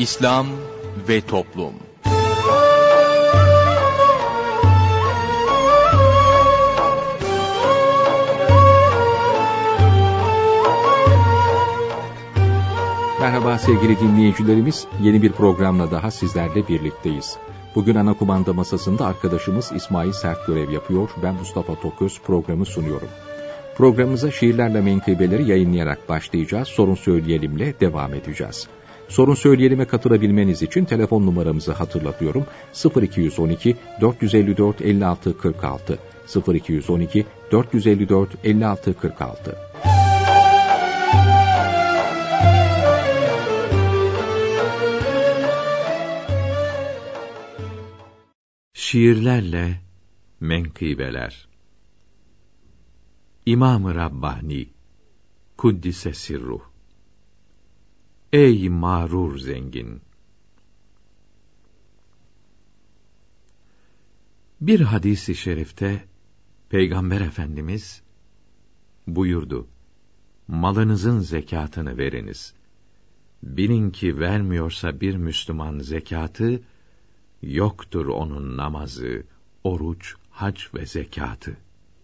İslam ve Toplum. Merhaba sevgili dinleyicilerimiz, yeni bir programla daha sizlerle birlikteyiz. Bugün ana kumanda masasında arkadaşımız İsmail Sert görev yapıyor, ben Mustafa Toköz programı sunuyorum. Programımıza şiirlerle menkıbeleri yayınlayarak başlayacağız, sorun söyleyelimle devam edeceğiz. Sorun söyleyelim'e katılabilmeniz için telefon numaramızı hatırlatıyorum. 0212 454 56 46 0212 454 56 46. Şiirlerle menkıbeler. İmam-ı Rabbani Kuddise Sirruh. Ey mağrur zengin! Bir hadis-i şerifte Peygamber Efendimiz buyurdu: malınızın zekatını veriniz. Bilin ki vermiyorsa bir Müslüman zekatı, yoktur onun namazı, oruç, hac ve zekatı.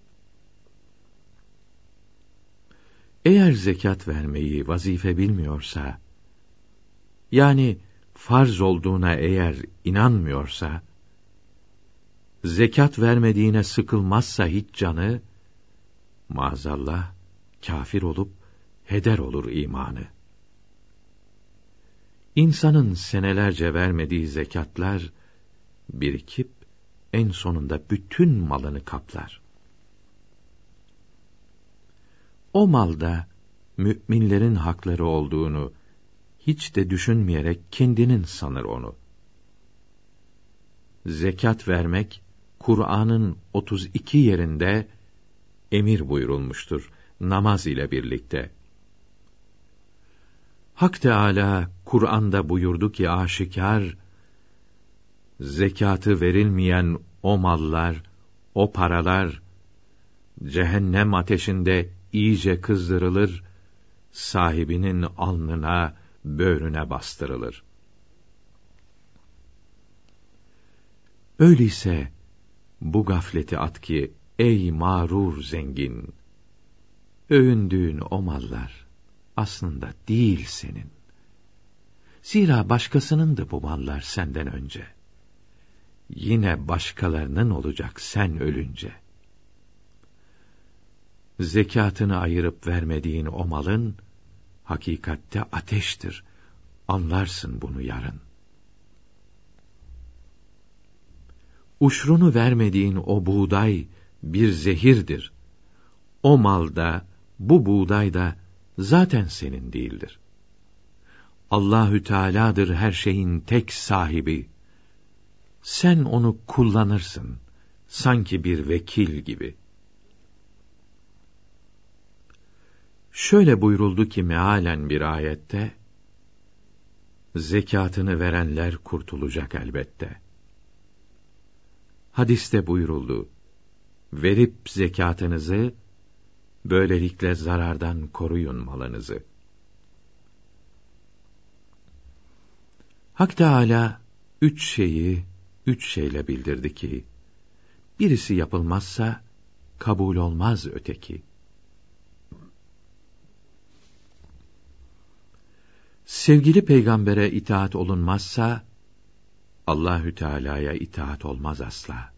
Eğer zekat vermeyi vazife bilmiyorsa, yani farz olduğuna eğer inanmıyorsa, zekat vermediğine sıkılmazsa hiç canı, maazallah kâfir olup heder olur imanı. İnsanın senelerce vermediği zekatlar birikip en sonunda bütün malını kaplar. O malda müminlerin hakları olduğunu hiç de düşünmeyerek kendinin sanır onu. Zekat vermek Kur'an'ın 32 yerinde emir buyurulmuştur namaz ile birlikte. Hak Teâlâ Kur'an'da buyurdu ki aşikar, zekatı verilmeyen o mallar, o paralar, cehennem ateşinde iyice kızdırılır, sahibinin alnına, böğrüne bastırılır. Öyleyse bu gafleti at ki ey mağrur zengin, övündüğün o mallar aslında değil senin. Zira başkasınındı bu mallar senden önce. Yine başkalarının olacak sen ölünce. Zekatını ayırıp vermediğin o malın, hakikatte ateştir. Anlarsın bunu yarın. Uşrunu vermediğin o buğday bir zehirdir. O malda, bu buğday da zaten senin değildir. Allahü Teâlâ'dır her şeyin tek sahibi. Sen onu kullanırsın, sanki bir vekil gibi. Şöyle buyuruldu ki mealen bir ayette, zekatını verenler kurtulacak elbette. Hadiste buyuruldu, verip zekatınızı, böylelikle zarardan koruyun malınızı. Hak Teâlâ üç şeyle bildirdi ki, birisi yapılmazsa kabul olmaz öteki. Sevgili peygambere itaat olunmazsa, Allahü Teâlâ'ya itaat olmaz asla.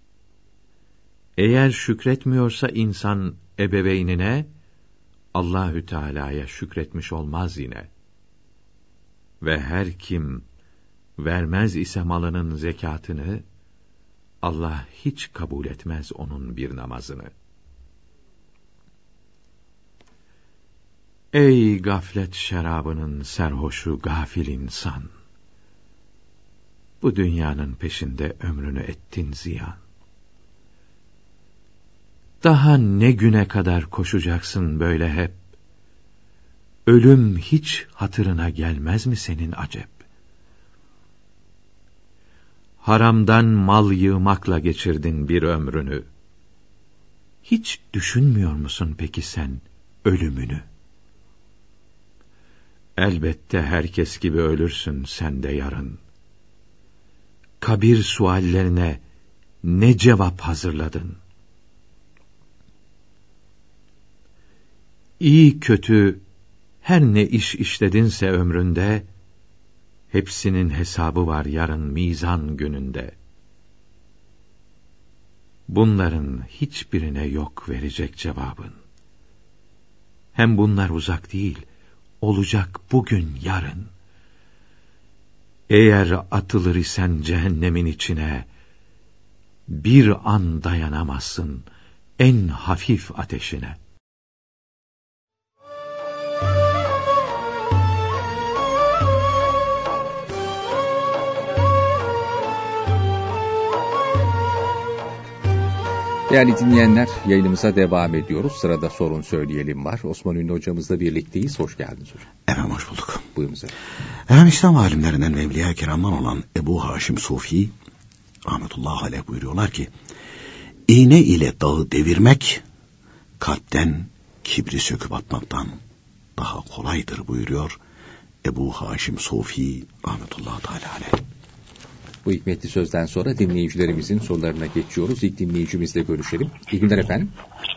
Eğer şükretmiyorsa insan ebeveynine, Allahü Teâlâ'ya şükretmiş olmaz yine. Ve her kim vermez ise malının zekatını, Allah hiç kabul etmez onun bir namazını. Ey gaflet şarabının serhoşu gafil insan! Bu dünyanın peşinde ömrünü ettin ziyan. Daha ne güne kadar koşacaksın böyle hep? Ölüm hiç hatırına gelmez mi senin acep? Haramdan mal yığmakla geçirdin bir ömrünü. Hiç düşünmüyor musun peki sen ölümünü? Elbette herkes gibi ölürsün sen de yarın. Kabir suallerine ne cevap hazırladın? İyi kötü her ne iş işledinse ömründe, hepsinin hesabı var yarın mizan gününde. Bunların hiçbirine yok verecek cevabın. Hem bunlar uzak değil, olacak bugün yarın. Eğer atılır isen cehennemin içine, bir an dayanamazsın en hafif ateşine. Değerli dinleyenler, yayınımıza devam ediyoruz. Sırada sorun söyleyelim var. Osman Ünlü hocamızla birlikteyiz. Hoş geldiniz hocam. Efendim hoş bulduk. Buyurunuz efendim. Efendim İslam alimlerinden ve Evliya-i Kiram'dan olan Ebu Haşim Sufi rahmetullahi aleyh buyuruyorlar ki, iğne ile dağı devirmek kalpten kibri söküp atmaktan daha kolaydır buyuruyor Ebu Haşim Sufi rahmetullahi teala aleyh. Bu hikmetli sözden sonra dinleyicilerimizin sorularına geçiyoruz. İlk dinleyicimizle görüşelim. İyi günler efendim.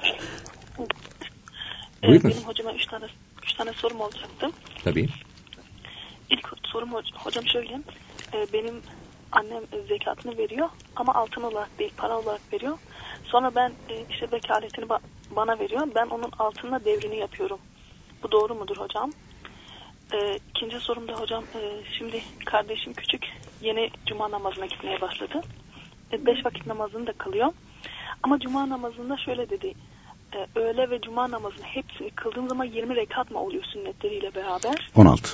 Benim hocama 3 tane sorum olacaktı. Tabii. İlk sorum hocam şöyle. Benim annem zekatını veriyor ama altın olarak değil, para olarak veriyor. Sonra ben işte vekaletini bana veriyor. Ben onun altınla devrini yapıyorum. Bu doğru mudur hocam? İkinci sorum da hocam, şimdi kardeşim küçük, yeni cuma namazına gitmeye başladı. 5 vakit namazını da kılıyor. Ama cuma namazında şöyle dedi, öğle ve cuma namazını hepsini kıldığım zaman 20 rekat mı oluyor sünnetleriyle beraber? 16.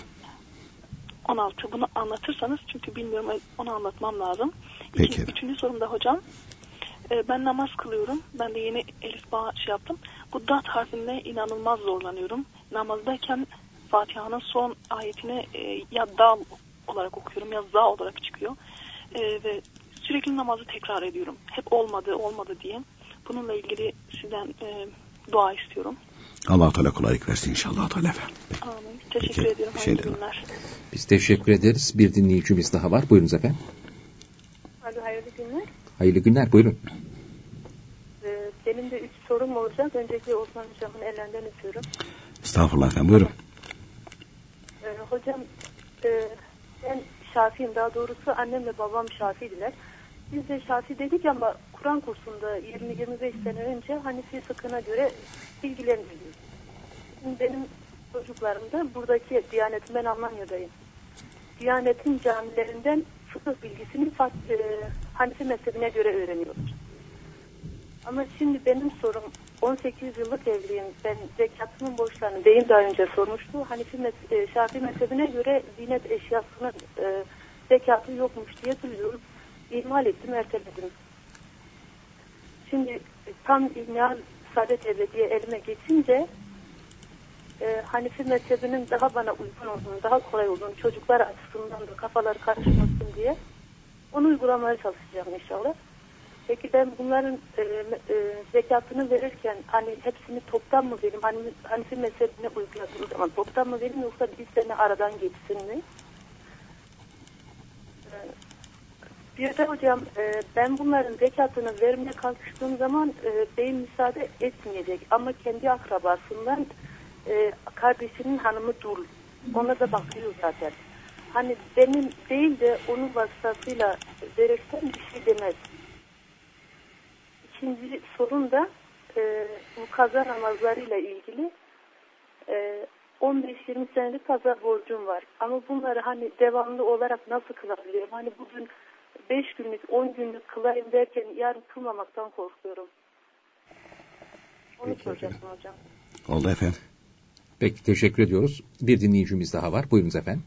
16. Bunu anlatırsanız, çünkü bilmiyorum, onu anlatmam lazım. Peki. Üçüncü sorum da hocam, ben namaz kılıyorum. Ben de yeni elif bağ yaptım. Bu dat harfinde inanılmaz zorlanıyorum. Namazdayken Fatiha'nın son ayetini ya dal olarak okuyorum ya za olarak çıkıyor. Ve sürekli namazı tekrar ediyorum. Hep olmadı diye. Bununla ilgili sizden dua istiyorum. Allah-u Teala kolaylık versin inşallah Teala efendim. Amin. Teşekkür ediyorum. Hayırlı günler. Biz teşekkür ederiz. Bir dinleyicimiz daha var. Buyurunuz efendim. Alo, hayırlı günler. Hayırlı günler. Buyurun. Benim de 3 sorum olacak. Önceki Osman Hocam'ın ellerinden öpüyorum. Estağfurullah efendim. Buyurun. Hocam, ben Şafi'yim. Daha doğrusu annem ve babam Şafi'diler. Biz de Şafi dedik ama Kur'an kursunda 20-25 sene önce Hanefi fıkhına göre bilgilendirdik. Şimdi benim çocuklarım da buradaki Diyanet'in, ben Almanya'dayım. Diyanet'in camilerinden fıkıh bilgisini Hanefi mezhebine göre öğreniyoruz. Ama şimdi benim sorum, 18 yıllık evliyim. Ben zekatımın borçlarını beyim daha önce sormuştu. Şafii mezhebine göre ziynet eşyasının zekatı yokmuş diye duyuyorum. İhmal ettim, erteledim. Şimdi tam İlmihal Saadet Ebediye elime geçince Hanefi mezhebinin daha bana uygun olduğunu, daha kolay olduğunu, çocuklar açısından da kafaları karışmasın diye onu uygulamaya çalışacağım inşallah. Peki ben bunların zekatını verirken hani hepsini toptan mı vereyim? Hanefi mezhebine uyguladığım zaman toptan mı vereyim, yoksa bir sene aradan geçsin mi? Bir de hocam, ben bunların zekatını vermeye kalkıştığım zaman beyim müsaade etmeyecek. Ama kendi akrabasından kardeşinin hanımı dul. Ona da bakıyor zaten. Hani benim değil de onun vasıtasıyla verirsen bir şey demez. İkinci sorun da bu kaza namazlarıyla ilgili 15-20 senelik kaza borcum var. Ama bunları hani devamlı olarak nasıl kılabiliyorum? Hani bugün 5 günlük, 10 günlük kılayım derken yarın kılmamaktan korkuyorum. Onu soracaktım hocam. Oldu efendim. Peki, teşekkür ediyoruz. Bir dinleyicimiz daha var. Buyurunuz efendim.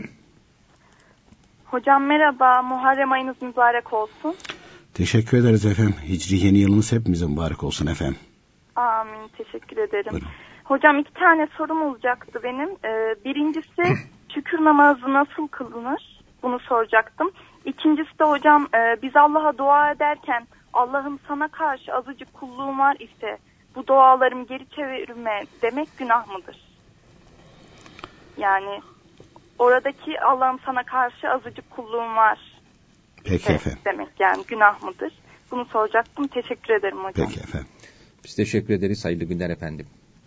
Hocam merhaba, Muharrem ayınız mübarek olsun. Teşekkür ederiz efendim. Hicri yeni yılınız hepimize mübarek olsun efendim. Amin, teşekkür ederim. Buyurun. Hocam 2 tane sorum olacaktı benim. Birincisi şükür namazı nasıl kılınır? Bunu soracaktım. İkincisi de hocam, biz Allah'a dua ederken Allah'ım sana karşı azıcık kulluğum var ise bu dualarımı geri çevirme demek günah mıdır? Yani oradaki Allah'ım sana karşı azıcık kulluğum var. Peki efendim. Demek yani günah mıdır? Bunu soracaktım. Teşekkür ederim hocam. Peki efendim. Biz teşekkür ederiz. Hayırlı günler efendim.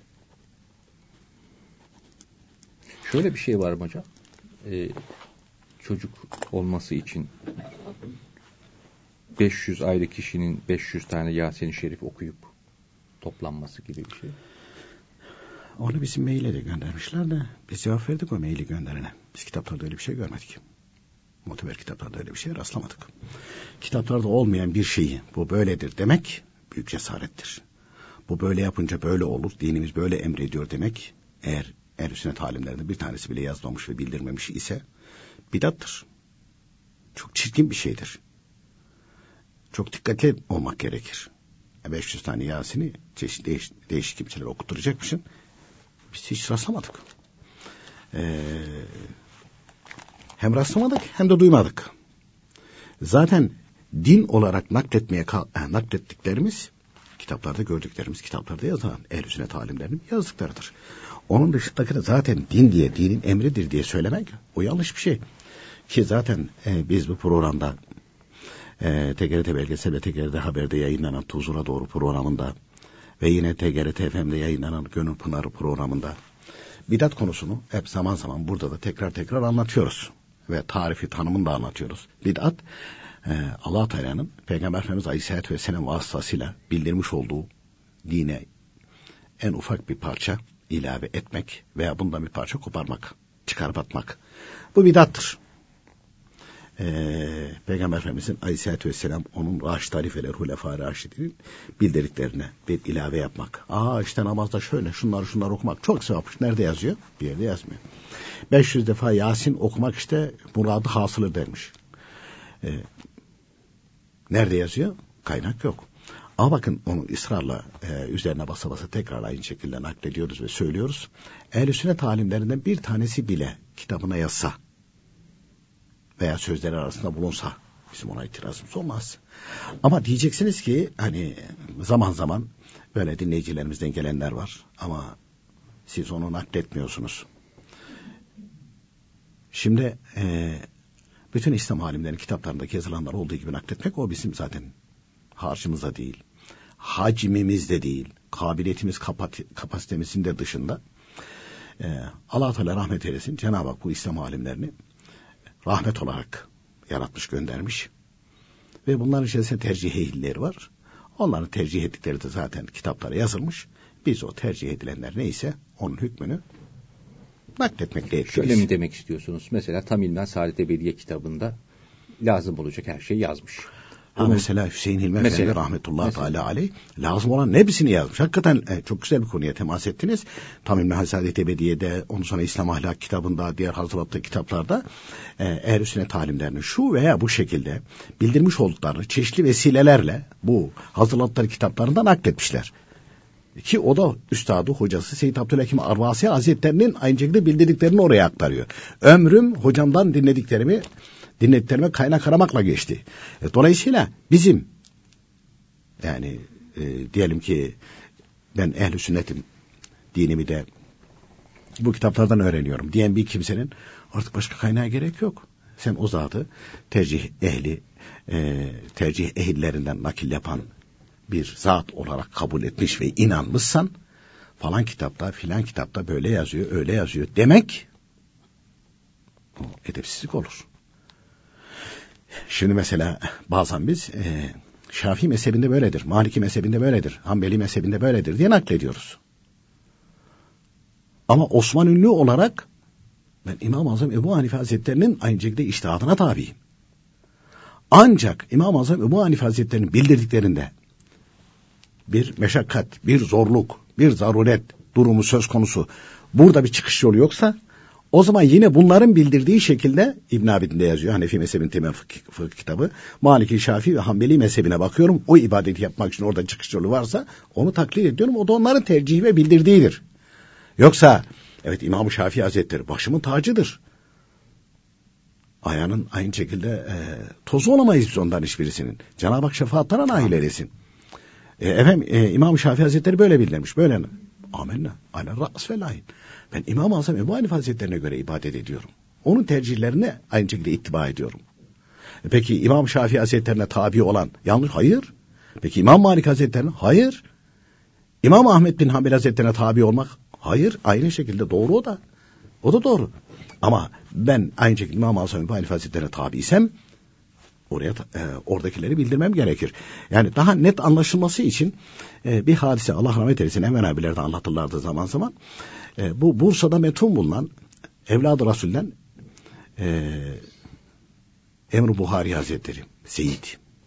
Şöyle bir şey var mı hocam? Çocuk olması için 500 ayrı kişinin 500 tane Yasin-i Şerif okuyup toplanması gibi bir şey. Onu bizim maile de göndermişler de biz cevap verdik o maili gönderene. Biz kitaplarda öyle bir şey görmedik. Muteber kitaplarda öyle bir şeye rastlamadık. Kitaplarda olmayan bir şeyi bu böyledir demek büyük cesarettir. Bu böyle yapınca böyle olur, dinimiz böyle emrediyor demek, eğer ehl-i sünnet alimlerinde bir tanesi bile yazmamış ve bildirmemiş ise bidattır. Çok çirkin bir şeydir. Çok dikkatli olmak gerekir. 500 tane Yasin'i çeşitli değişik kimseler okutturacakmışsın. Biz hiç rastlamadık. Hem rastlamadık hem de duymadık. Zaten din olarak naklettiklerimiz kitaplarda gördüklerimiz, kitaplarda yazılan ehl-i sünnet alimlerinin yazdıklarıdır. Onun dışındaki de zaten din diye, dinin emridir diye söylemek o yanlış bir şey. Ki zaten biz bu programda TGRT Belgesel ve TGRT Haber'de yayınlanan Tuzura Doğru programında ve yine TGRT FM'de yayınlanan Gönül Pınarı programında bidat konusunu hep zaman zaman burada da tekrar anlatıyoruz. Ve tarifi, tanımını da anlatıyoruz. Bidat, Allah-u Teala'nın Peygamber Efendimiz Aleyhisselatü Vesselam vasıtasıyla bildirmiş olduğu dine en ufak bir parça ilave etmek veya bundan bir parça koparmak, çıkarıp atmak. Bu bidattır. Peygamber Efendimiz'in Aleyhisselatü Vesselam onun Raşid halifeler, Hulefâ Raşid'in bildirdiklerine bir ilave yapmak. İşte namazda şöyle şunları okumak çok sevapmış. Nerede yazıyor? Bir yerde yazmıyor. 500 defa Yasin okumak işte muradı hasılı dermiş. Nerede yazıyor? Kaynak yok. Ama bakın onu ısrarla üzerine basa basa tekrar aynı şekilde naklediyoruz ve söylüyoruz. Ehl-i sünnet alimlerinden bir tanesi bile kitabına yazsa veya sözleri arasında bulunsa bizim ona itirazımız olmaz. Ama diyeceksiniz ki hani zaman zaman böyle dinleyicilerimizden gelenler var ama siz onu nakletmiyorsunuz. Şimdi bütün İslam alimlerinin kitaplarındaki yazılanlar olduğu gibi nakletmek o bizim zaten harcımızda değil. Hacmimizde değil. Kabiliyetimiz, kapasitemizin de dışında. Allah-u Teala rahmet eylesin. Cenab-ı Hak bu İslam alimlerini rahmet olarak yaratmış, göndermiş. Ve bunların içerisinde tercih ehilleri var. Onların tercih ettikleri de zaten kitaplara yazılmış. Biz o tercih edilenler neyse onun hükmünü nakletmekle yetkiliyiz. Şöyle mi demek istiyorsunuz? Mesela Tam İlmen Saadet Ebediye kitabında lazım olacak her şeyi yazmış. Mesela Hüseyin Hilmi Efendi rahmetullahi teala aleyh lazım olan hepsini yazmış. Hakikaten çok güzel bir konuya temas ettiniz. Tam İlmi Saadet Ebediye'de, ondan sonra İslam Ahlak kitabında, diğer hazırlattığı kitaplarda ehl-i sünnet alimlerinin şu veya bu şekilde bildirmiş olduklarını çeşitli vesilelerle bu hazırlattıkları kitaplarında nakletmişler. Ki o da üstadı, hocası Seyyid Abdülhakim Arvasi Hazretlerinin aynı şekilde bildirdiklerini oraya aktarıyor. Ömrüm hocamdan dinlediklerime kaynak aramakla geçti. Dolayısıyla bizim yani diyelim ki ben ehl-i sünnetim, dinimi de bu kitaplardan öğreniyorum diyen bir kimsenin artık başka kaynağa gerek yok. Sen o zatı tercih ehillerinden nakil yapan bir zat olarak kabul etmiş ve inanmışsan falan kitapta filan kitapta böyle yazıyor öyle yazıyor demek o edepsizlik olur. Şimdi mesela bazen biz Şafii mezhebinde böyledir, Maliki mezhebinde böyledir, Hanbeli mezhebinde böyledir diye naklediyoruz. Ama Osman ünlü olarak ben İmam-ı Azam Ebu Hanife Hazretleri'nin aynı şekilde içtihadına tabiyim. Ancak İmam-ı Azam Ebu Hanife Hazretleri'nin bildirdiklerinde bir meşakkat, bir zorluk, bir zaruret durumu söz konusu, burada bir çıkış yolu yoksa o zaman yine bunların bildirdiği şekilde İbn Abidin'de yazıyor. Hanefi mezhebinin temel fıkıh kitabı. Maliki, Şafii ve Hanbeli mezhebine bakıyorum. O ibadeti yapmak için orada çıkış yolu varsa onu taklit ediyorum. O da onların tercihi ve bildirdiğidir. Yoksa evet İmam-ı Şafii Hazretleri başımın tacıdır. Ayağının aynı şekilde tozu olamayız biz ondan hiçbirisinin. Cenab-ı Hak şefaatlerine nail eylesin. İmam-ı Şafii Hazretleri böyle bildirmiş. Böyle. Amenna. Ala ra's ve lahin. Ben İmam-ı Azam Ebu Hanife Hazretlerine göre ibadet ediyorum. Onun tercihlerine aynı şekilde ittiba ediyorum. Peki İmam Şafii Hazretlerine tabi olan yanlış? Hayır. Peki İmam Malik Hazretlerine? Hayır. İmam Ahmed bin Hanbel Hazretlerine tabi olmak? Hayır. Aynı şekilde doğru o da. O da doğru. Ama ben aynı şekilde İmam-ı Azam Ebu Hanife Hazretlerine tabiysem oradakileri bildirmem gerekir. Yani daha net anlaşılması için bir hadise, Allah rahmet eylesin, Enver abilerde anlatırlardı zaman zaman. Bu Bursa'da metun bulunan evladı Resul'den Emr-i Buhari Hazretleri, Seyyid.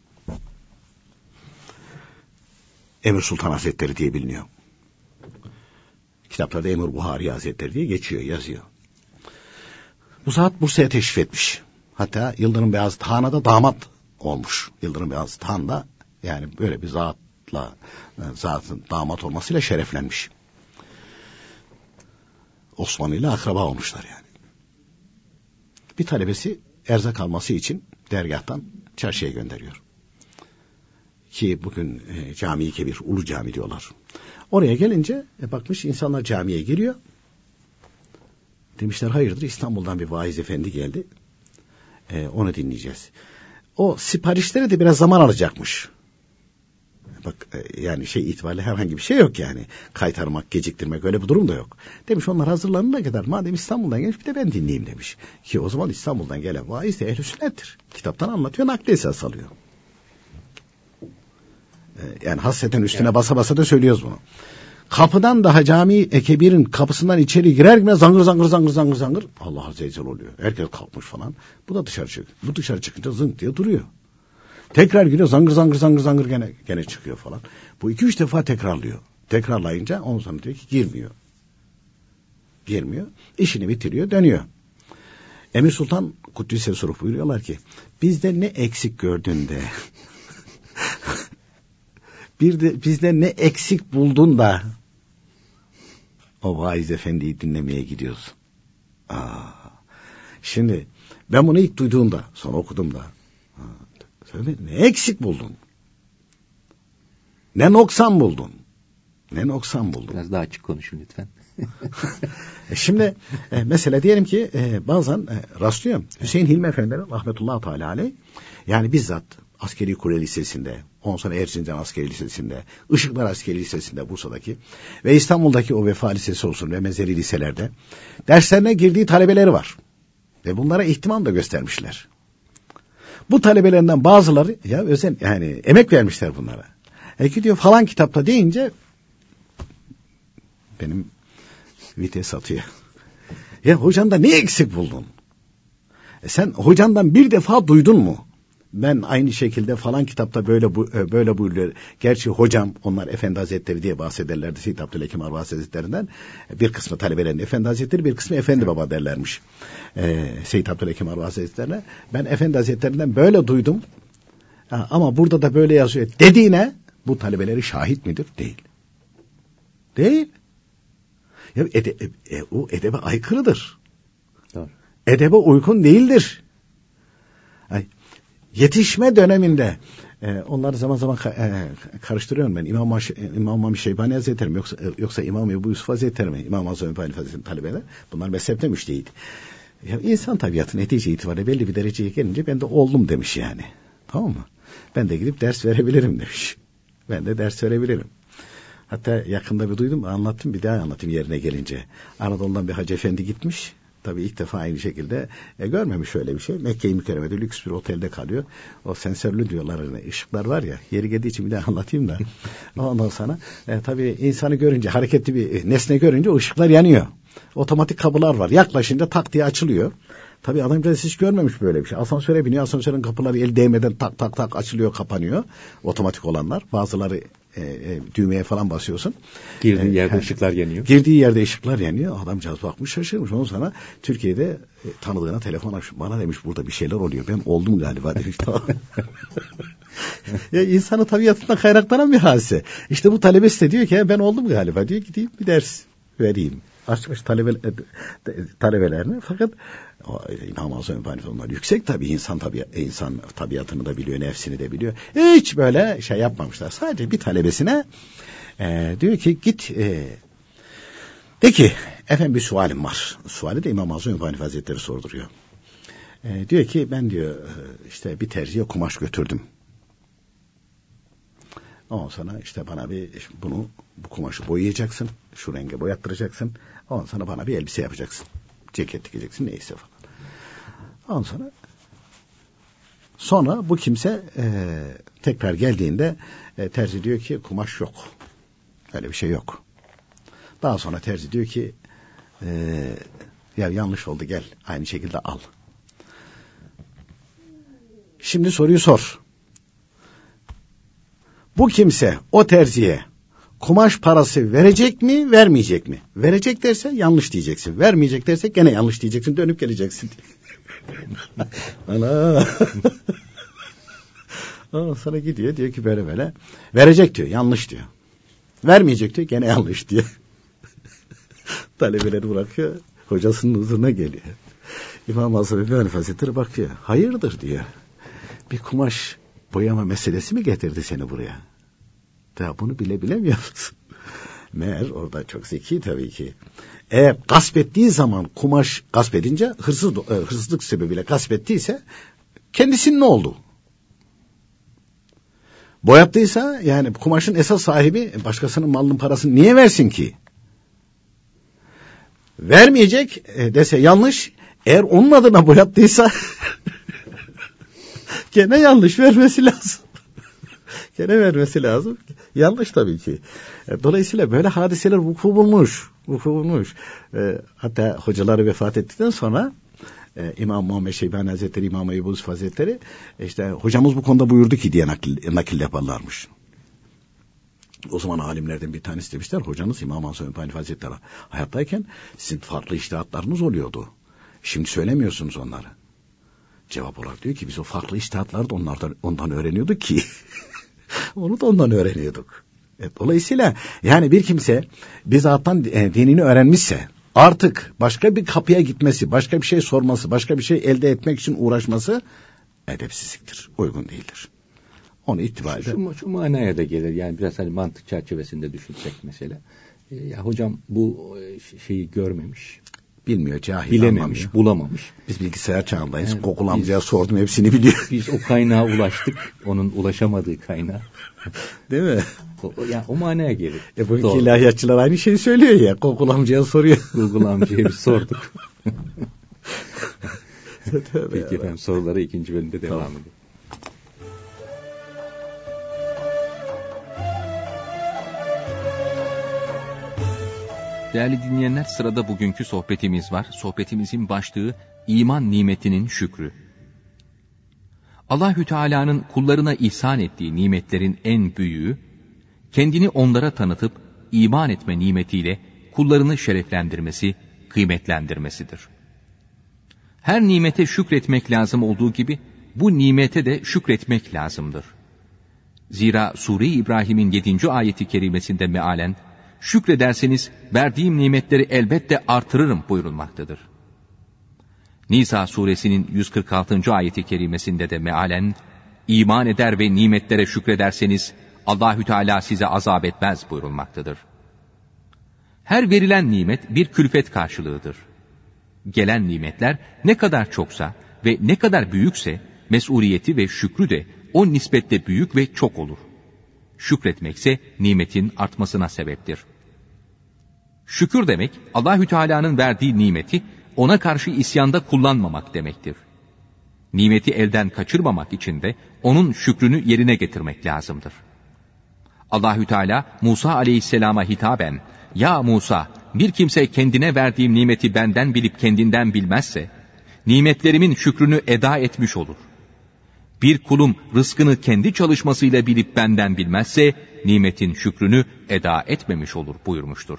Emir Sultan Hazretleri diye biliniyor. Kitaplarda Emir Buhari Hazretleri diye geçiyor, yazıyor. Bu zat Bursa'ya teşrif etmiş. Hatta Yıldırım Beyazıt Han'a da damat olmuş. Yıldırım Beyazıt Han da yani böyle bir zatın damat olmasıyla şereflenmiş. Osmanlı ile akraba olmuşlar yani. Bir talebesi erzak alması için dergahtan çarşıya gönderiyor. Ki bugün Cami-i Kebir, Ulu Cami diyorlar. Oraya gelince bakmış insanlar camiye giriyor. Demişler hayırdır, İstanbul'dan bir vaiz efendi geldi. Onu dinleyeceğiz. O siparişleri de biraz zaman alacakmış. Bak yani itibariyle herhangi bir şey yok yani. Kaytarmak, geciktirmek öyle bir durum da yok. Demiş onlar hazırlanana kadar madem İstanbul'dan gelmiş bir de ben dinleyeyim demiş. Ki o zaman İstanbul'dan gelen vaiz de ehl-i sünnettir. Kitaptan anlatıyor, nakli esas alıyor. Yani hasreten üstüne basa basa da söylüyoruz bunu. Kapıdan daha Cami-i Kebir'in kapısından içeri girer gibi zangır. Allah Azze ve Celle oluyor. Herkes kalkmış falan. Bu da dışarı çıkıyor. Bu dışarı çıkınca zınk diye duruyor. Tekrar giriyor zangır gene çıkıyor falan. Bu 2-3 defa tekrarlıyor. Tekrarlayınca ondan sonra diyor ki girmiyor. İşini bitiriyor, dönüyor. Emir Sultan Kuddüs'e sorup buyuruyorlar ki bizde ne eksik gördün de bizde ne eksik buldun da o vaiz efendiyi dinlemeye gidiyorsun. Şimdi ben bunu ilk duyduğumda, sonra okudum da ne eksik buldun? Ne noksan buldun? Biraz daha açık konuşun lütfen. Şimdi mesela diyelim ki bazen rastlıyorum. Hüseyin Hilmi Efendi rahmetullahi teala aleyh, yani bizzat Askeri Kule Lisesi'nde, ondan sonra Erzincan Askeri Lisesi'nde, Işıklar Askeri Lisesi'nde Bursa'daki ve İstanbul'daki o Vefa Lisesi olsun ve mezheri liselerde derslerine girdiği talebeleri var. Ve bunlara ihtimam da göstermişler. Bu talebelerinden bazıları yani emek vermişler bunlara. Gidiyor falan kitapta deyince benim vites atıyor. Ya hocanda ne eksik buldun? Sen hocandan bir defa duydun mu? Ben aynı şekilde falan kitapta böyle buyuruyor. Gerçi hocam, onlar Efendi Hazretleri diye bahsederlerdi Seyyid Abdülhakim Arvasi Hazretlerinden. Bir kısmı talebelerin Efendi Hazretleri, bir kısmı Efendi Baba derlermiş. Seyyid Abdülhakim Arvasi Hazretlerine. Ben Efendi Hazretlerinden böyle duydum. Ama burada da böyle yazıyor dediğine bu talebeleri şahit midir? Değil. Ya o edebe aykırıdır. Doğru. Edebe uygun değildir. Yetişme döneminde onları zaman zaman karıştırıyorum ben. İmam Mami Şeybani Hazretleri mi yoksa İmam Ebu Yusuf Hazretleri mi? İmam Azam Ebu Hanife Hazretleri talebeler. Bunlar mezhepte müştehit. Ya insan tabiatı netice itibariyle belli bir dereceye gelince ben de oldum demiş yani. Tamam mı? Ben de gidip ders verebilirim demiş. Ben de ders verebilirim. Hatta yakında bir duydum, anlattım, bir daha anlatayım yerine gelince. Anadolu'dan bir hacı efendi gitmiş. Tabii ilk defa aynı şekilde görmemiş öyle bir şey. Mekke-i Mükerreme'de lüks bir otelde kalıyor. O sensörlü diyorlar, ışıklar var ya. Yeri geldiği için bir daha anlatayım da. Ondan sonra tabii insanı görünce, hareketli bir nesne görünce o ışıklar yanıyor. Otomatik kapılar var. Yaklaşınca tak diye açılıyor. Tabii adamcağız hiç görmemiş böyle bir şey. Asansöre biniyor. Asansörün kapıları el değmeden tak açılıyor, kapanıyor. Otomatik olanlar. Bazıları düğmeye falan basıyorsun. Girdiği yerde ışıklar yanıyor. Girdiği yerde ışıklar yanıyor. Adamcağız bakmış, şaşırmış. Ondan sonra Türkiye'de tanıdığına telefon açmış. Bana demiş burada bir şeyler oluyor. Ben oldum galiba demiş. Ya insanın tabiatından kaynaklanan bir hadise. İşte bu talebesi de diyor ki ben oldum galiba diyor. Gideyim bir ders vereyim. Açmış talebelerine. Fakat İmam-ı Azam Ebu Hanife onlar yüksek tabii, insan tabiatını da biliyor, nefsini de biliyor. Hiç böyle şey yapmamışlar. Sadece bir talebesine diyor ki git de ki Efendim bir sualim var. Suali de İmam-ı Azam Ebu Hanife Hazretleri sorduruyor. Diyor ki ben diyor işte bir terziye kumaş götürdüm. Ondan sonra işte bana bu kumaşı boyayacaksın. Şu renge boyattıracaksın. Ondan sonra bana bir elbise yapacaksın. Ceket dikeceksin neyse falan. Ondan sonra bu kimse tekrar geldiğinde terzi diyor ki kumaş yok. Öyle bir şey yok. Daha sonra terzi diyor ki ya yanlış oldu gel aynı şekilde al. Şimdi soruyu sor. Bu kimse o terziye kumaş parası verecek mi, vermeyecek mi? Verecek derse yanlış diyeceksin. Vermeyecek derse gene yanlış diyeceksin. Dönüp geleceksin. Ana. Ondan sonra gidiyor diyor ki böyle. Verecek diyor, yanlış diyor. Vermeyecek diyor, gene yanlış diyor. Talebeleri bırakıyor, hocasının huzuruna geliyor. İmam-ı Azam Ebu Hanife Hazretleri bakıyor. Hayırdır diyor. Bir kumaş boyama meselesi mi getirdi seni buraya? Daha bunu bile bilemiyor musun? Meğer orada çok zeki tabii ki. Eğer gasp ettiği zaman kumaş gasp edince hırsızlık sebebiyle gasp ettiyse kendisinin ne oldu? Boyattıysa yani kumaşın esas sahibi başkasının malının parasını niye versin ki? Vermeyecek dese yanlış. Eğer onun adına boyattıysa gene yanlış vermesi lazım. Gene vermesi lazım. Yanlış tabii ki. Dolayısıyla böyle hadiseler vuku bulmuş. Hatta hocaları vefat ettikten sonra İmam Muhammed Şeybani Hazretleri, İmam Ebu Yusuf Hazretleri işte hocamız bu konuda buyurdu ki diye nakil yaparlarmış. O zaman alimlerden bir tanesi demişler, hocanız İmam Azam Ebu Hanife Hazretleri hayattayken sizin farklı içtihatlarınız oluyordu. Şimdi söylemiyorsunuz onları. Cevap olarak diyor ki biz o farklı içtihatları da ondan öğreniyorduk ki. Onu da ondan öğreniyorduk. Dolayısıyla yani bir kimse bizattan dinini öğrenmişse artık başka bir kapıya gitmesi, başka bir şey sorması, başka bir şey elde etmek için uğraşması edepsizliktir, uygun değildir. Onu itibariyle. Şu manaya da gelir. Yani biraz hani mantık çerçevesinde düşünsek mesela. Ya hocam bu şeyi görmemiş. Bilmiyor, cahil, bilememiş, anlamıyor. Bulamamış. Biz bilgisayar çağındayız. Yani Kokul amcaya sordum, hepsini biliyor. Biz o kaynağa ulaştık. Onun ulaşamadığı kaynağa. Değil mi? Yani o manaya gelir. Bugünkü ilahiyatçılar aynı şeyi söylüyor ya. Kokul amcaya soruyor. Kokul amcaya biz sorduk. Peki efendim, sorulara ikinci bölümde devam edelim. Değerli dinleyenler, sırada bugünkü sohbetimiz var. Sohbetimizin başlığı iman nimetinin şükrü. Allahü Teala'nın kullarına ihsan ettiği nimetlerin en büyüğü, kendini onlara tanıtıp iman etme nimetiyle kullarını şereflendirmesi, kıymetlendirmesidir. Her nimete şükretmek lazım olduğu gibi bu nimete de şükretmek lazımdır. Zira Sure-i İbrahim'in 7. ayeti kerimesinde mealen şükrederseniz verdiğim nimetleri elbette artırırım buyurulmaktadır. Nisa suresinin 146. ayeti kerimesinde de mealen iman eder ve nimetlere şükrederseniz Allahü Teala size azap etmez buyurulmaktadır. Her verilen nimet bir külfet karşılığıdır. Gelen nimetler ne kadar çoksa ve ne kadar büyükse mesuliyeti ve şükrü de o nispetle büyük ve çok olur. Şükretmekse nimetin artmasına sebeptir. Şükür demek Allahü Teala'nın verdiği nimeti ona karşı isyanda kullanmamak demektir. Nimeti elden kaçırmamak için de onun şükrünü yerine getirmek lazımdır. Allahü Teala Musa Aleyhisselam'a hitaben, "Ya Musa, bir kimse kendine verdiğim nimeti benden bilip kendinden bilmezse, nimetlerimin şükrünü eda etmiş olur. Bir kulum rızkını kendi çalışmasıyla bilip benden bilmezse, nimetin şükrünü eda etmemiş olur" buyurmuştur.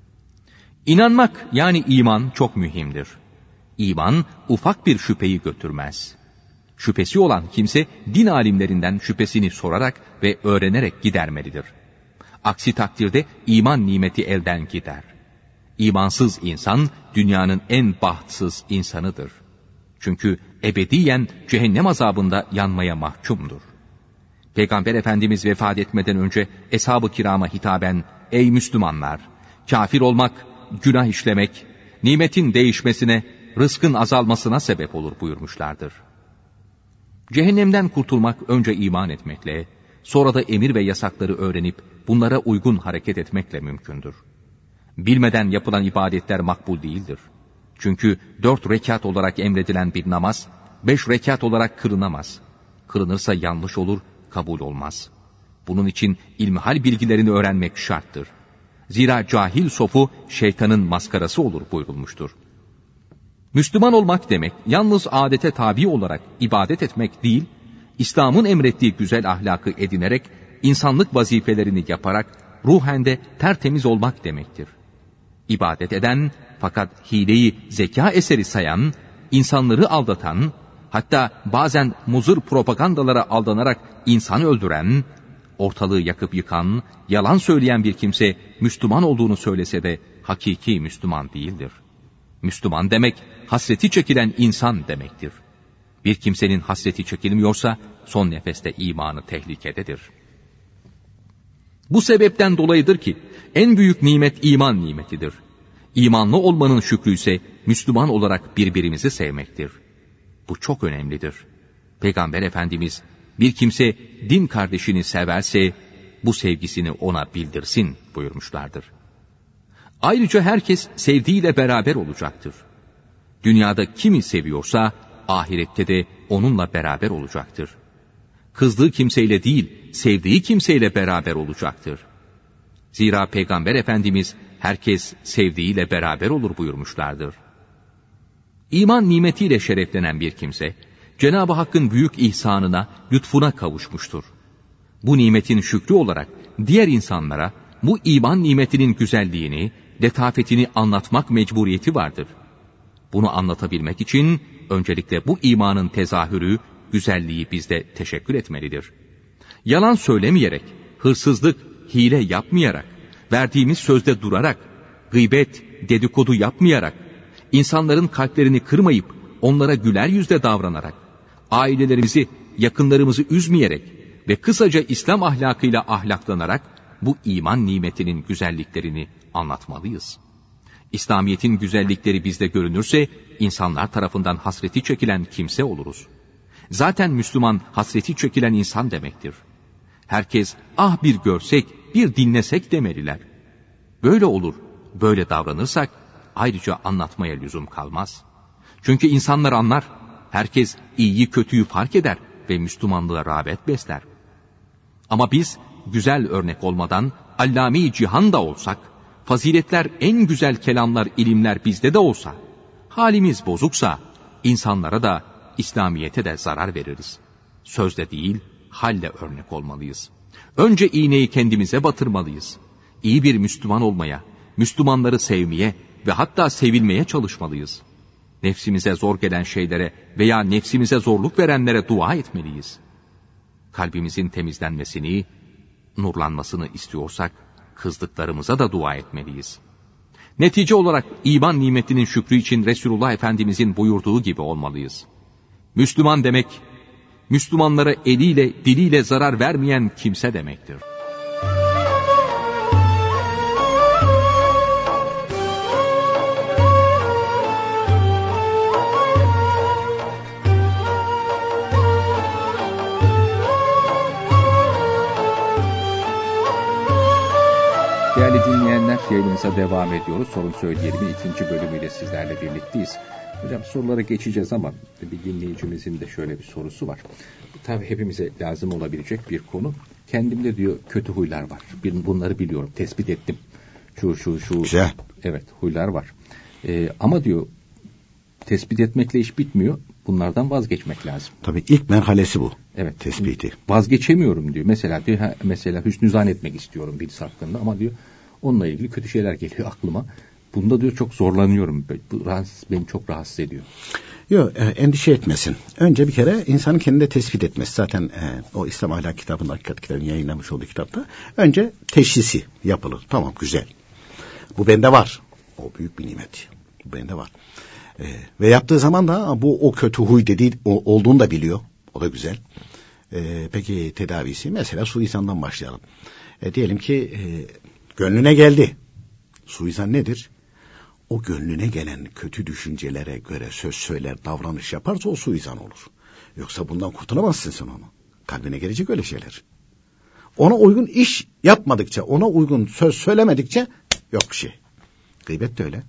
İnanmak yani iman çok mühimdir. İman ufak bir şüpheyi götürmez. Şüphesi olan kimse din alimlerinden şüphesini sorarak ve öğrenerek gidermelidir. Aksi takdirde iman nimeti elden gider. İmansız insan dünyanın en bahtsız insanıdır. Çünkü ebediyen cehennem azabında yanmaya mahkumdur. Peygamber Efendimiz vefat etmeden önce Eshab-ı Kiram'a hitaben, "Ey Müslümanlar! Kafir olmak, günah işlemek, nimetin değişmesine, rızkın azalmasına sebep olur buyurmuşlardır. Cehennemden kurtulmak önce iman etmekle, sonra da emir ve yasakları öğrenip bunlara uygun hareket etmekle mümkündür. Bilmeden yapılan ibadetler makbul değildir. Çünkü 4 rekat olarak emredilen bir namaz, 5 rekat olarak kılınamaz. Kılınırsa yanlış olur, kabul olmaz. Bunun için ilmihal bilgilerini öğrenmek şarttır. Zira cahil sofu şeytanın maskarası olur buyurulmuştur. Müslüman olmak demek, yalnız adete tabi olarak ibadet etmek değil, İslam'ın emrettiği güzel ahlakı edinerek, insanlık vazifelerini yaparak, ruhen de tertemiz olmak demektir. İbadet eden, fakat hileyi zeka eseri sayan, insanları aldatan, hatta bazen muzır propagandalara aldanarak insan öldüren, ortalığı yakıp yıkan, yalan söyleyen bir kimse Müslüman olduğunu söylese de hakiki Müslüman değildir. Müslüman demek, hasreti çekilen insan demektir. Bir kimsenin hasreti çekilmiyorsa, son nefeste imanı tehlikededir. Bu sebepten dolayıdır ki, en büyük nimet iman nimetidir. İmanlı olmanın şükrü ise, Müslüman olarak birbirimizi sevmektir. Bu çok önemlidir. Peygamber Efendimiz, bir kimse din kardeşini severse, bu sevgisini ona bildirsin buyurmuşlardır. Ayrıca herkes sevdiğiyle beraber olacaktır. Dünyada kimi seviyorsa, ahirette de onunla beraber olacaktır. Kızdığı kimseyle değil, sevdiği kimseyle beraber olacaktır. Zira Peygamber Efendimiz, herkes sevdiğiyle beraber olur buyurmuşlardır. İman nimetiyle şereflenen bir kimse, Cenab-ı Hakk'ın büyük ihsanına, lütfuna kavuşmuştur. Bu nimetin şükrü olarak diğer insanlara bu iman nimetinin güzelliğini, letafetini anlatmak mecburiyeti vardır. Bunu anlatabilmek için öncelikle bu imanın tezahürü, güzelliği bizde teşekkür etmelidir. Yalan söylemeyerek, hırsızlık, hile yapmayarak, verdiğimiz sözde durarak, gıybet, dedikodu yapmayarak, insanların kalplerini kırmayıp onlara güler yüzle davranarak, ailelerimizi, yakınlarımızı üzmeyerek ve kısaca İslam ahlakıyla ahlaklanarak bu iman nimetinin güzelliklerini anlatmalıyız. İslamiyet'in güzellikleri bizde görünürse, insanlar tarafından hasreti çekilen kimse oluruz. Zaten Müslüman hasreti çekilen insan demektir. Herkes, ah bir görsek, bir dinlesek demeliler. Böyle olur, böyle davranırsak, ayrıca anlatmaya lüzum kalmaz. Çünkü insanlar anlar, herkes iyiyi kötüyü fark eder ve Müslümanlığa rağbet besler. Ama biz, güzel örnek olmadan, allame-i cihan da olsak, faziletler, en güzel kelamlar, ilimler bizde de olsa, halimiz bozuksa, insanlara da, İslamiyet'e de zarar veririz. Sözde değil, halle örnek olmalıyız. Önce iğneyi kendimize batırmalıyız. İyi bir Müslüman olmaya, Müslümanları sevmeye ve hatta sevilmeye çalışmalıyız. Nefsimize zor gelen şeylere veya nefsimize zorluk verenlere dua etmeliyiz. Kalbimizin temizlenmesini, nurlanmasını istiyorsak, kızdıklarımıza da dua etmeliyiz. Netice olarak iman nimetinin şükrü için Resulullah Efendimizin buyurduğu gibi olmalıyız. Müslüman demek, Müslümanlara eliyle, diliyle zarar vermeyen kimse demektir. Değerli dinleyenler, yayınımıza devam ediyoruz. Sorun Söyleyelim'in 2. bölümüyle sizlerle birlikteyiz. Hocam sorulara geçeceğiz ama bir dinleyicimizin de şöyle bir sorusu var. Tabii hepimize lazım olabilecek bir konu. Kendimde diyor kötü huylar var. Bunları biliyorum, tespit ettim. Şu. Güzel. Evet, huylar var. Ama diyor tespit etmekle iş bitmiyor. Bunlardan vazgeçmek lazım. Tabii ilk merhalesi bu. Evet. Tespiti. Vazgeçemiyorum diyor. Mesela hüsnü zan etmek istiyorum birisi hakkında ama diyor onunla ilgili kötü şeyler geliyor aklıma. Bunda diyor çok zorlanıyorum. Beni çok rahatsız ediyor. Yok, endişe etmesin. Önce bir kere insanın kendinde tespit etmesi. Zaten o İslam Ahlak kitabında, Hakikat kitabının yayınlamış olduğu kitapta önce teşhisi yapılır. Tamam, güzel. Bu bende var. O büyük bir nimet. Bu bende var. Ve yaptığı zaman da bu o kötü huy dediği olduğunu da biliyor. O da güzel. Peki tedavisi? Mesela suizandan başlayalım. Diyelim ki gönlüne geldi. Suizan nedir? o gönlüne gelen kötü düşüncelere göre söz söyler, davranış yaparsa o suizan olur. Yoksa bundan kurtulamazsın sen onu. Kalbine gelecek öyle şeyler. Ona uygun iş yapmadıkça, ona uygun söz söylemedikçe yok bir şey. Gıybet de öyle.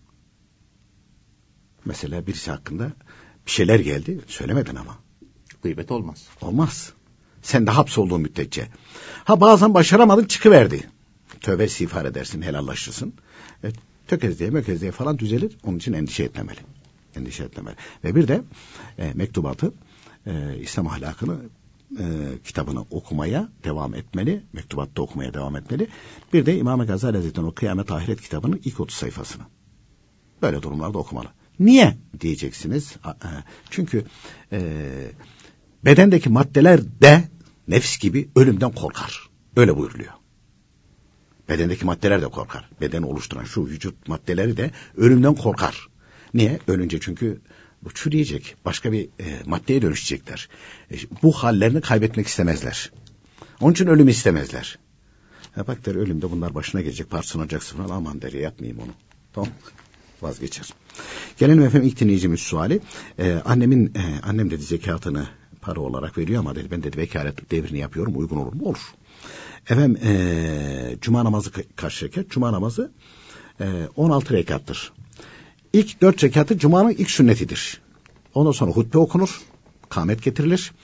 Mesela birisi hakkında bir şeyler geldi, söylemedin ama. Gıybet olmaz. Olmaz. Sen de hapsolduğun müddetçe. Ha bazen başaramadın, çıkıverdi. Tövbe istiğfar edersin, helallaşırsın. Tökezleye falan düzelir. Onun için endişe etmemeli. Endişe etmemeli. Ve bir de mektubatı, İslam ahlakını kitabını okumaya devam etmeli. Mektubatta okumaya devam etmeli. Bir de İmam-ı Gazali Hazretleri'nin o Kıyamet Ahiret kitabının ilk 30 sayfasını. Böyle durumlarda okumalı. Niye diyeceksiniz? Çünkü bedendeki maddeler de nefs gibi ölümden korkar. Öyle buyuruluyor. Bedendeki maddeler de korkar. Bedeni oluşturan şu vücut maddeleri de ölümden korkar. Niye? Ölünce çünkü bu çürüyecek. Başka bir maddeye dönüşecekler. Bu hallerini kaybetmek istemezler. Onun için ölümü istemezler. Bak der, ölümde bunlar başına gelecek, parsınacaksın falan. Aman der, yapmayayım onu. Tamam, vazgeçer. Gelelim efendim ilk dinleyicimiz suali. Annem dedi zekatını para olarak veriyor ama dedi ben dedi vekalet devrini yapıyorum, uygun olur mu? Olur. Efendim cuma namazı kaç rekat? Cuma namazı 16 rekattır. İlk 4 rekatı cumanın ilk sünnetidir. Ondan sonra hutbe okunur, kâmet getirilir.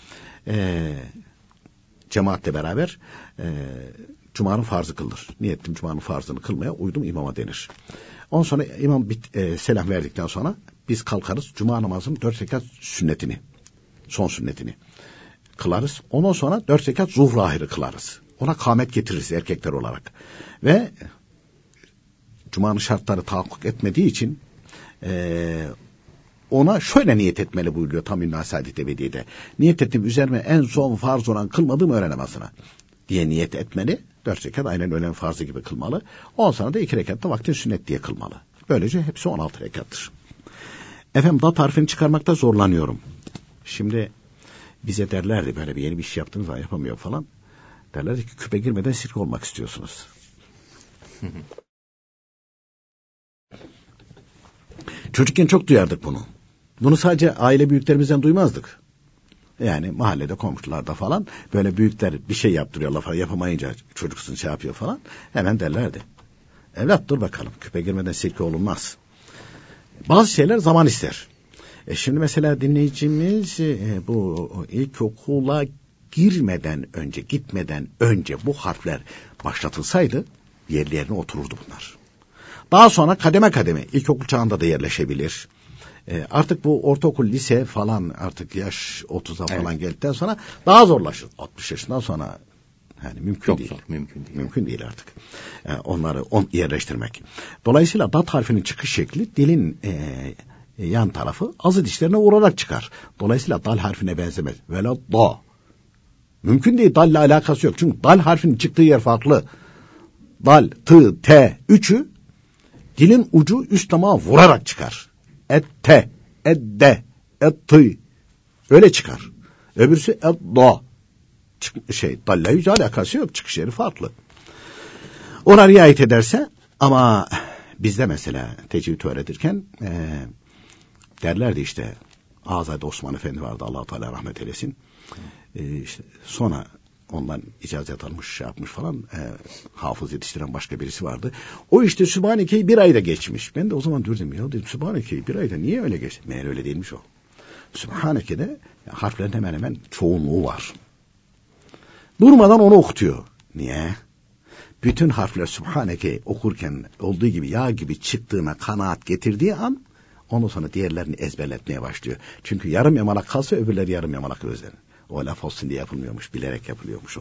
Cemaatle beraber cumanın farzı kılınır. Niyettim cumanın farzını kılmaya, uydum imama denir. Ondan sonra imam selam verdikten sonra biz kalkarız. Cuma namazının 4 rekat sünnetini, son sünnetini kılarız. Ondan sonra 4 rekat zuhur ahiri kılarız. Ona kâmet getiririz erkekler olarak. Ve cumanın şartları tahakkuk etmediği için ona şöyle niyet etmeli buyuruyor Tam-ül Saadet Ebediye'de. Niyet ettim üzerime en son farz olan kılmadığım öğle namazına diye niyet etmeli. 4 rekat aynen öğlen farzı gibi kılmalı. Ondan sonra da 2 rekat da vaktin sünnet diye kılmalı. Böylece hepsi 16 rekattır. Efendim dat harfini çıkarmakta zorlanıyorum. Şimdi bize derlerdi böyle bir yeni bir iş yaptığınız zaman yapamıyor falan. Derlerdi ki küpe girmeden sirke olmak istiyorsunuz. Çocukken çok duyardık bunu. Bunu sadece aile büyüklerimizden duymazdık. Yani mahallede, komşularda falan böyle büyükler bir şey yaptırıyorlar falan, yapamayınca çocuksun şey yapıyor falan. Hemen derlerdi. Evlat dur bakalım, küpe girmeden sirke olunmaz. Bazı şeyler zaman ister. Şimdi mesela dinleyicimiz bu ilkokula gitmeden önce bu harfler başlatılsaydı yerlerine otururdu bunlar. Daha sonra kademe kademe ilkokul çağında da yerleşebilir. Artık bu ortaokul, lise falan artık yaş 30'a falan geldikten sonra daha zorlaşır. 60 yaşından sonra yani mümkün çok değil. Zor, mümkün değil. Mümkün değil artık. Onları yerleştirmek. Dolayısıyla dat harfinin çıkış şekli dilin yan tarafı azı dişlerine vurarak çıkar. Dolayısıyla dal harfine benzemez. Vela da. Mümkün değil, dalle alakası yok. Çünkü dal harfinin çıktığı yer farklı. Dal, tı, te, üçü dilin ucu üst damağa vurarak çıkar. Ette, edde, ettı. Öyle çıkar. Öbürsü edda. Dalle hiç alakası yok. Çıkış yeri farklı. Ona riayet ederse ama bizde mesela tecvid öğretirken derlerdi işte Azade Osman Efendi vardı, Allah-u Teala rahmet eylesin. İşte sonra ondan icazet almış, şey yapmış falan, hafız yetiştiren başka birisi vardı. O işte Sübhaneke'yi bir ayda geçmiş. Ben de o zaman durdum ya, dedim Sübhaneke'yi bir ayda niye öyle geçti? Meğer öyle değilmiş o. Sübhaneke'de harflerin hemen hemen çoğunluğu var. Durmadan onu okutuyor. Niye? Bütün harfler Sübhaneke okurken olduğu gibi yağ gibi çıktığına kanaat getirdiği an ondan sonra diğerlerini ezberletmeye başlıyor. Çünkü yarım yamalak kalsa öbürleri yarım yamalak özlenir. O laf olsun diye yapılmıyormuş, bilerek yapılıyormuş o.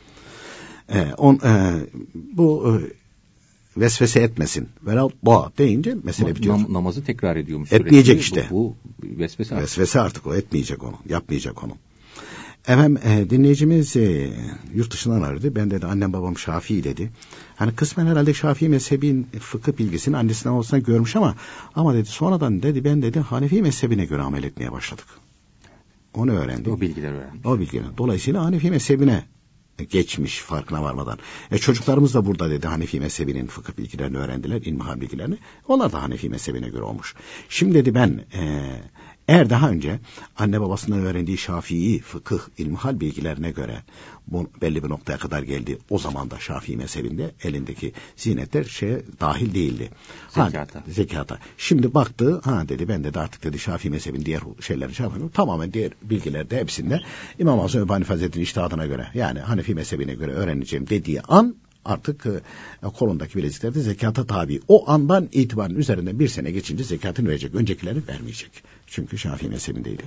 Bu vesvese etmesin. Vela ba deyince mesele bitiyor. Namazı tekrar ediyormuş. Etmeyecek işte. Bu vesvese artık. Vesvese artık o, etmeyecek onu, yapmayacak onu. Efendim dinleyicimiz yurt dışından aradı. Ben dedi annem babam Şafii dedi. Hani kısmen herhalde Şafii mezhebin fıkıh bilgisini annesinden olsuna görmüş ama dedi sonradan dedi ben dedi Hanefi mezhebine göre amel etmeye başladık. Onu öğrendi. O bilgiler öğrendi. O bilgiler. Dolayısıyla Hanefi mezhebine geçmiş farkına varmadan. Çocuklarımız da burada dedi Hanefi mezhebinin fıkıh bilgilerini öğrendiler, ilmihal bilgilerini. Onlar da Hanefi mezhebine göre olmuş. Şimdi dedi ben eğer daha önce anne babasından öğrendiği Şafii fıkıh ilmihal bilgilerine göre bu belli bir noktaya kadar geldi. O zaman da Şafii mezhebinde elindeki zinetler dahil değildi. Zekata. Şimdi baktı dedi ben de artık dedi Şafii mezhebin diğer şeylerini yapıyorum. Tamamen diğer bilgilerde hepsinde İmam Azam Ebu Hanife Hazretleri'nin içtihadına göre yani Hanefi mezhebine göre öğreneceğim dediği an artık kolundaki bilezikler de zekata tabi. O andan itibaren üzerinden bir sene geçince zekatını verecek. Öncekileri vermeyecek. Çünkü Şafii mezhebindeydi.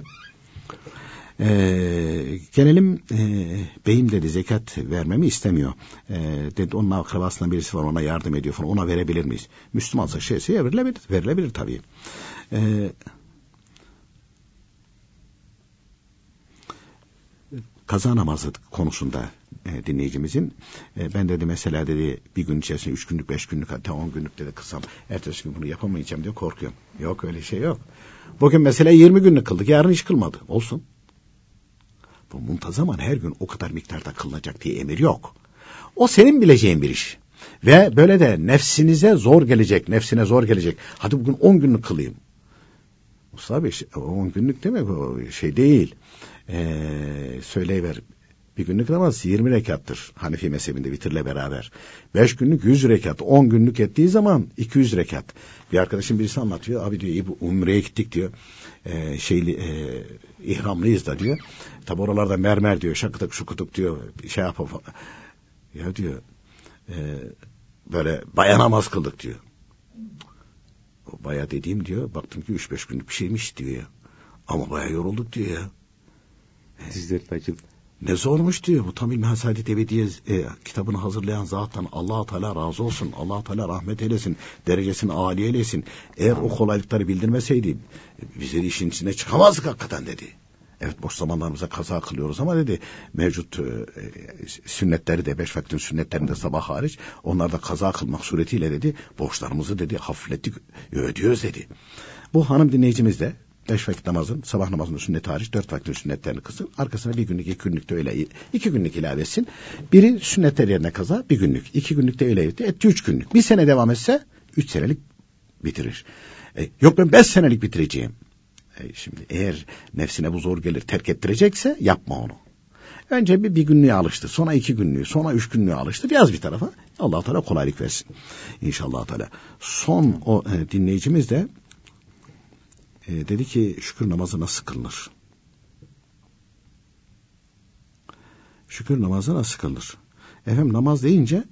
Gelelim beyim dedi zekat vermemi istemiyor. Dedi onun akrabasından birisi var ona yardım ediyor falan. Ona verebilir miyiz? Müslümansa verilebilir tabii. Kaza namazı konusunda dinleyicimizin ben dedi mesela dedi bir gün içerisinde 3 günlük 5 günlük hatta 10 günlük dedi kılsam ertesi gün bunu yapamayacağım diye korkuyorum. Yok öyle şey yok. Bugün mesela 20 günlük kıldık yarın hiç kılmadı. Olsun. Bu muntazaman her gün o kadar miktarda kılınacak diye emir yok. O senin bileceğin bir iş. Ve böyle de nefsine zor gelecek. Hadi bugün 10 günlük kılayım. Mustafa Bey 10 günlük demek o şey değil. Söyleyiver. Bir günlük namaz 20 rekattır. Hanefi mezhebinde vitirle beraber. 5 günlük 100 rekat. 10 günlük ettiği zaman 200 rekat. Bir arkadaşım birisi anlatıyor. Abi diyor bu umreye gittik diyor. İhramlıyız da diyor. Tabi oralarda mermer diyor. Şakıdık şukuduk diyor. Şey yapalım. Ya diyor böyle baya namaz kıldık diyor. O baya dediğim diyor. Baktım ki 3-5 günlük bir şeymiş diyor ya. Ama baya yorulduk diyor ya. Sizlerin acıdı. Ne zormuş diyor. Bu tam İlmihal Saadet Ebediye kitabını hazırlayan zattan Allah-u Teala razı olsun. Allah-u Teala rahmet eylesin. Derecesini âli eylesin. Eğer o kolaylıkları bildirmeseydi bizi işin içine çıkamazdık hakikaten dedi. Evet boş zamanlarımıza kaza kılıyoruz ama dedi mevcut sünnetleri de 5 vaktin sünnetlerinde sabah hariç onlarda kaza kılmak suretiyle dedi borçlarımızı dedi hafiflettik ödüyoruz dedi. Bu hanım dinleyicimiz de 5 vakit namazın, sabah namazının sünneti hariç 4 vaktin sünnetlerini kılsın. Arkasına 1 günlük, 2 günlük de öyle 2 günlük ilave etsin. Biri sünnetler yerine kaza 1 günlük, 2 günlük de öyle etti 3 günlük. 1 sene devam etse 3 senelik bitirir. Yok ben 5 senelik bitireceğim. Şimdi eğer nefsine bu zor gelir terk ettirecekse yapma onu. Önce bir günlüğe alıştır, sonra 2 günlüğü, sonra 3 günlüğe alıştır. Yaz bir tarafa. Allah Teala kolaylık versin. İnşallah Teala. Son o dinleyicimiz de dedi ki şükür namazı nasıl kılınır? Şükür namazı nasıl kılınır? Efendim namaz deyince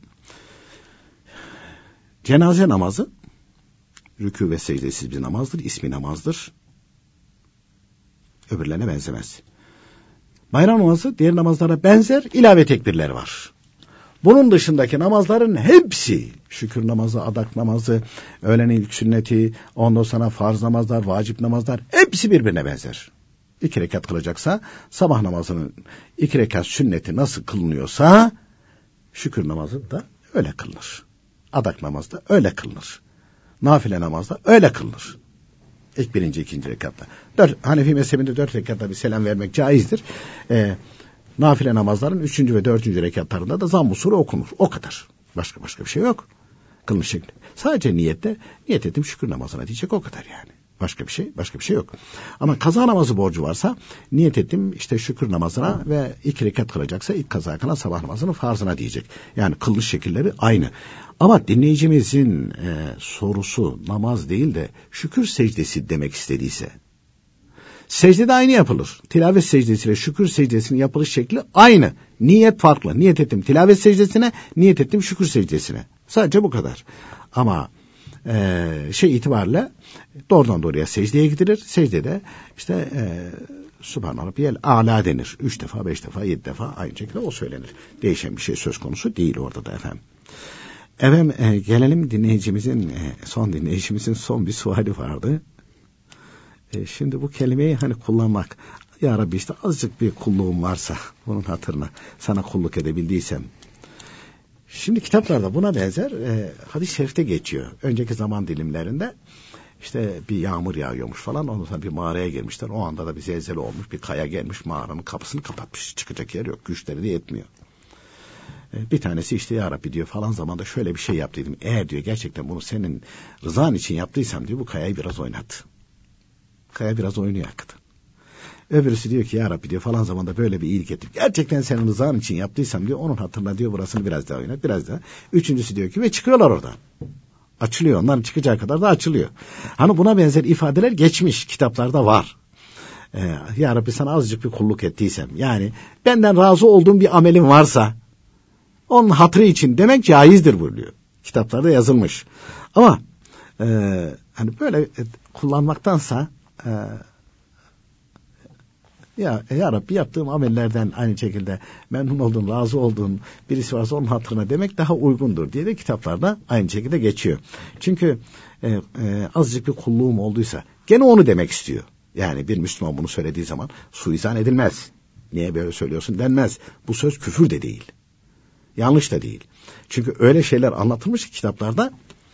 cenaze namazı rükû ve secdesiz bir namazdır. İsmi namazdır. Öbürlerine benzemez. Bayram namazı diğer namazlara benzer ilave tekbirler var. Bunun dışındaki namazların hepsi şükür namazı, adak namazı, öğlenin ilk sünneti, ondan sonra farz namazlar, vacip namazlar hepsi birbirine benzer. 2 rekat kılacaksa sabah namazının 2 rekat sünneti nasıl kılınıyorsa şükür namazı da öyle kılınır. Adak namazı da öyle kılınır. Nafile namaz da öyle kılınır. İlk 1. 2. rekatta. Hanefi mezhebinde 4 rekatta bir selam vermek caizdir. Nafile namazların 3. ve 4. rekatlarında da Zamm-ı Sure okunur. O kadar. Başka bir şey yok. Kılmış şekli. Sadece niyet ettim şükür namazına diyecek o kadar yani. Başka bir şey yok. Ama kaza namazı borcu varsa niyet ettim işte şükür namazına ve 2 rekat kılacaksa ilk kaza kılan sabah namazının farzına diyecek. Yani kılmış şekilleri aynı. Ama dinleyicimizin sorusu namaz değil de şükür secdesi demek istediyse secde de aynı yapılır. Tilavet secdesiyle şükür secdesinin yapılış şekli aynı. Niyet farklı. Niyet ettim tilavet secdesine, niyet ettim şükür secdesine. Sadece bu kadar. Ama itibariyle doğrudan doğruya secdeye gidilir. Secdede işte Subhan Rabbiyel A'la denir. 3 defa, 5 defa, 7 defa aynı şekilde o söylenir. Değişen bir şey söz konusu değil orada da efendim. Gelelim son dinleyicimizin son bir suali vardı. Şimdi bu kelimeyi kullanmak. Ya Rabbi işte azıcık bir kulluğum varsa bunun hatırına sana kulluk edebildiysem. Şimdi kitaplarda buna benzer hadis-i şerifte geçiyor. Önceki zaman dilimlerinde işte bir yağmur yağıyormuş falan. Ondan sonra bir mağaraya girmişler. O anda da bir zelzele olmuş. Bir kaya gelmiş mağaranın kapısını kapatmış. Çıkacak yer yok. Güçleri de yetmiyor. Bir tanesi işte ya Rabbi diyor falan zamanda şöyle bir şey yaptıydım. Eğer diyor gerçekten bunu senin rızan için yaptıysam diyor bu kayayı biraz oynat. Kaya biraz oynuyor hakikaten. Öbürüsü diyor ki ya Rabbi diyor falan zamanda böyle bir iyilik ettim. Gerçekten senin rızan için yaptıysam diyor onun hatırına diyor burasını biraz daha oynat biraz daha. Üçüncüsü diyor ki ve çıkıyorlar oradan. Açılıyor. Onların çıkacağı kadar da açılıyor. Hani buna benzer ifadeler geçmiş kitaplarda var. Ya Rabbi sana azıcık bir kulluk ettiysem yani benden razı olduğum bir amelim varsa onun hatırı için demek caizdir buyuruyor. Kitaplarda yazılmış. Ama hani böyle kullanmaktansa ya Rabbi yaptığım amellerden aynı şekilde memnun olduğun, razı olduğun birisi varsa onun hatırına demek daha uygundur diye de kitaplarda aynı şekilde geçiyor. Çünkü azıcık bir kulluğum olduysa gene onu demek istiyor. Yani bir Müslüman bunu söylediği zaman suizan edilmez. Niye böyle söylüyorsun denmez. Bu söz küfür de değil. Yanlış da değil. Çünkü öyle şeyler anlatılmış ki kitaplarda.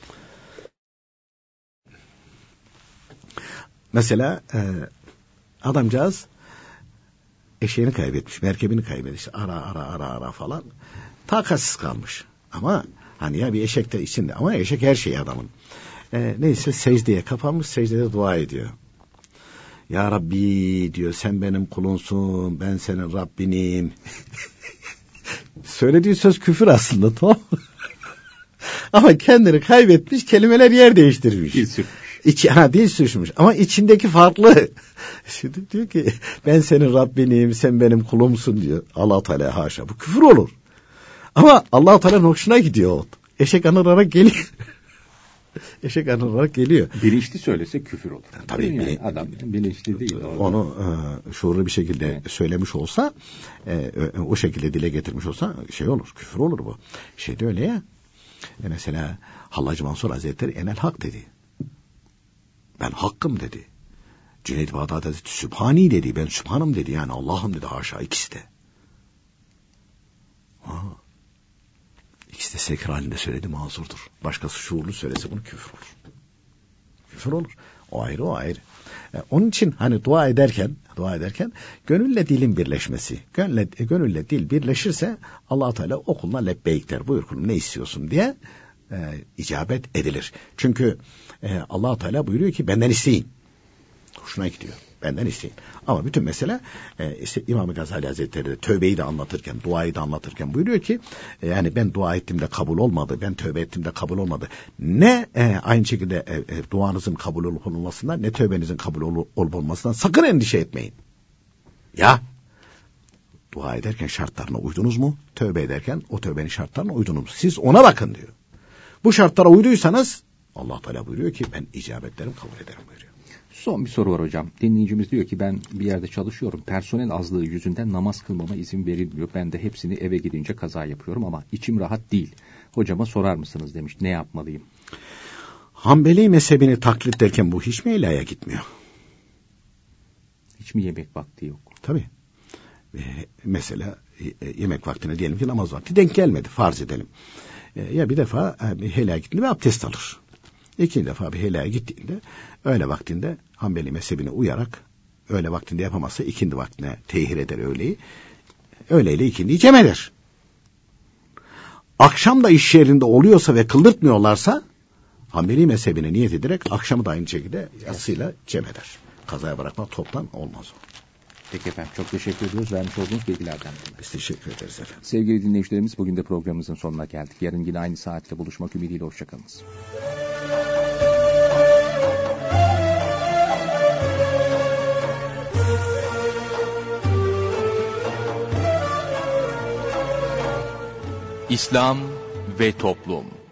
Mesela adamcağız eşeğini kaybetmiş, merkebini kaybetmiş. Ara falan. Takatsiz kalmış. Ama hani ya bir eşek de içinde. Ama eşek her şey adamın. Neyse secdeye kapanmış, secdede dua ediyor. Ya Rabbi diyor sen benim kulunsun, ben senin Rabbinim. Söylediği söz küfür aslında, tamam mı? Ama kendini kaybetmiş, kelimeler yer değiştirmiş. Dil sürçmüş. Ama içindeki farklı. Şimdi diyor ki ben senin Rabbinim, sen benim kulumsun diyor. Allah Teala haşa. Bu küfür olur. Ama Allah Teala'nın hoşuna gidiyor. Eşek anırarak geliyor. Eşek anırarak geliyor. Bilinçli söylese küfür olur. Tabii yani adam bilinçli değil. Onu şuurlu bir şekilde söylemiş olsa, o şekilde dile getirmiş olsa şey olur, küfür olur bu. Şeyde öyle ya. Mesela Hallacı Mansur Hazretleri enel hak dedi. Ben hakkım dedi. Cüneyd Bağdadi Hazretleri Sübhani dedi. Ben Sübhanım dedi. Yani Allah'ım dedi, haşa, ikisi de. İkisi de sekir halinde söyledi, mazurdur. Başkası şuurlu söylese bunu küfür olur. Küfür olur. O ayrı, o ayrı. Onun için hani dua ederken gönülle dilin birleşmesi. Gönülle dil birleşirse Allah Teala o kuluna lebbeyk der. Buyur kulum ne istiyorsun diye icabet edilir. Çünkü Allah Teala buyuruyor ki benden isteyin. Hoşuna gidiyor. Benden isteyin. Ama bütün mesele işte İmam-ı Gazali Hazretleri de tövbeyi de anlatırken, duayı da anlatırken buyuruyor ki yani ben dua ettim de kabul olmadı, ben tövbe ettim de kabul olmadı. Ne aynı şekilde duanızın kabul olup olmasından, ne tövbenizin kabul olup olmasından sakın endişe etmeyin. Ya dua ederken şartlarına uydunuz mu? Tövbe ederken o tövbenin şartlarına uydunuz mu? Siz ona bakın diyor. Bu şartlara uyduysanız Allah Teala buyuruyor ki ben icabet ederim, kabul ederim buyuruyor. Son bir soru var hocam. Dinleyicimiz diyor ki ben bir yerde çalışıyorum. Personel azlığı yüzünden namaz kılmama izin verilmiyor. Ben de hepsini eve gidince kaza yapıyorum ama içim rahat değil. Hocama sorar mısınız demiş. Ne yapmalıyım? Hanbeli mezhebini taklit derken bu hiç mi helaya gitmiyor? Hiç mi yemek vakti yok? Tabii. Mesela yemek vaktine diyelim ki namaz vakti denk gelmedi. Farz edelim. Ya bir defa bir helaya gittiğinde abdest alır. İkinci defa bir helaya gittiğinde öğle vaktinde Hanbeli mezhebine uyarak öğle vaktinde yapamazsa ikindi vaktine tehir eder öğleyi. Öğleyle ikindiyi cem eder. Akşam da iş yerinde oluyorsa ve kıldırtmıyorlarsa Hanbeli mezhebine niyet ederek akşamı da aynı şekilde yatsıyla cem eder. Kazaya bırakmak toptan olmaz o. Peki efendim, çok teşekkür ediyoruz vermiş olduğunuz bilgilerden. Biz teşekkür ederiz efendim. Sevgili dinleyicilerimiz, bugün de programımızın sonuna geldik. Yarın yine aynı saatte buluşmak ümidiyle hoşçakalınız. İslam ve Toplum.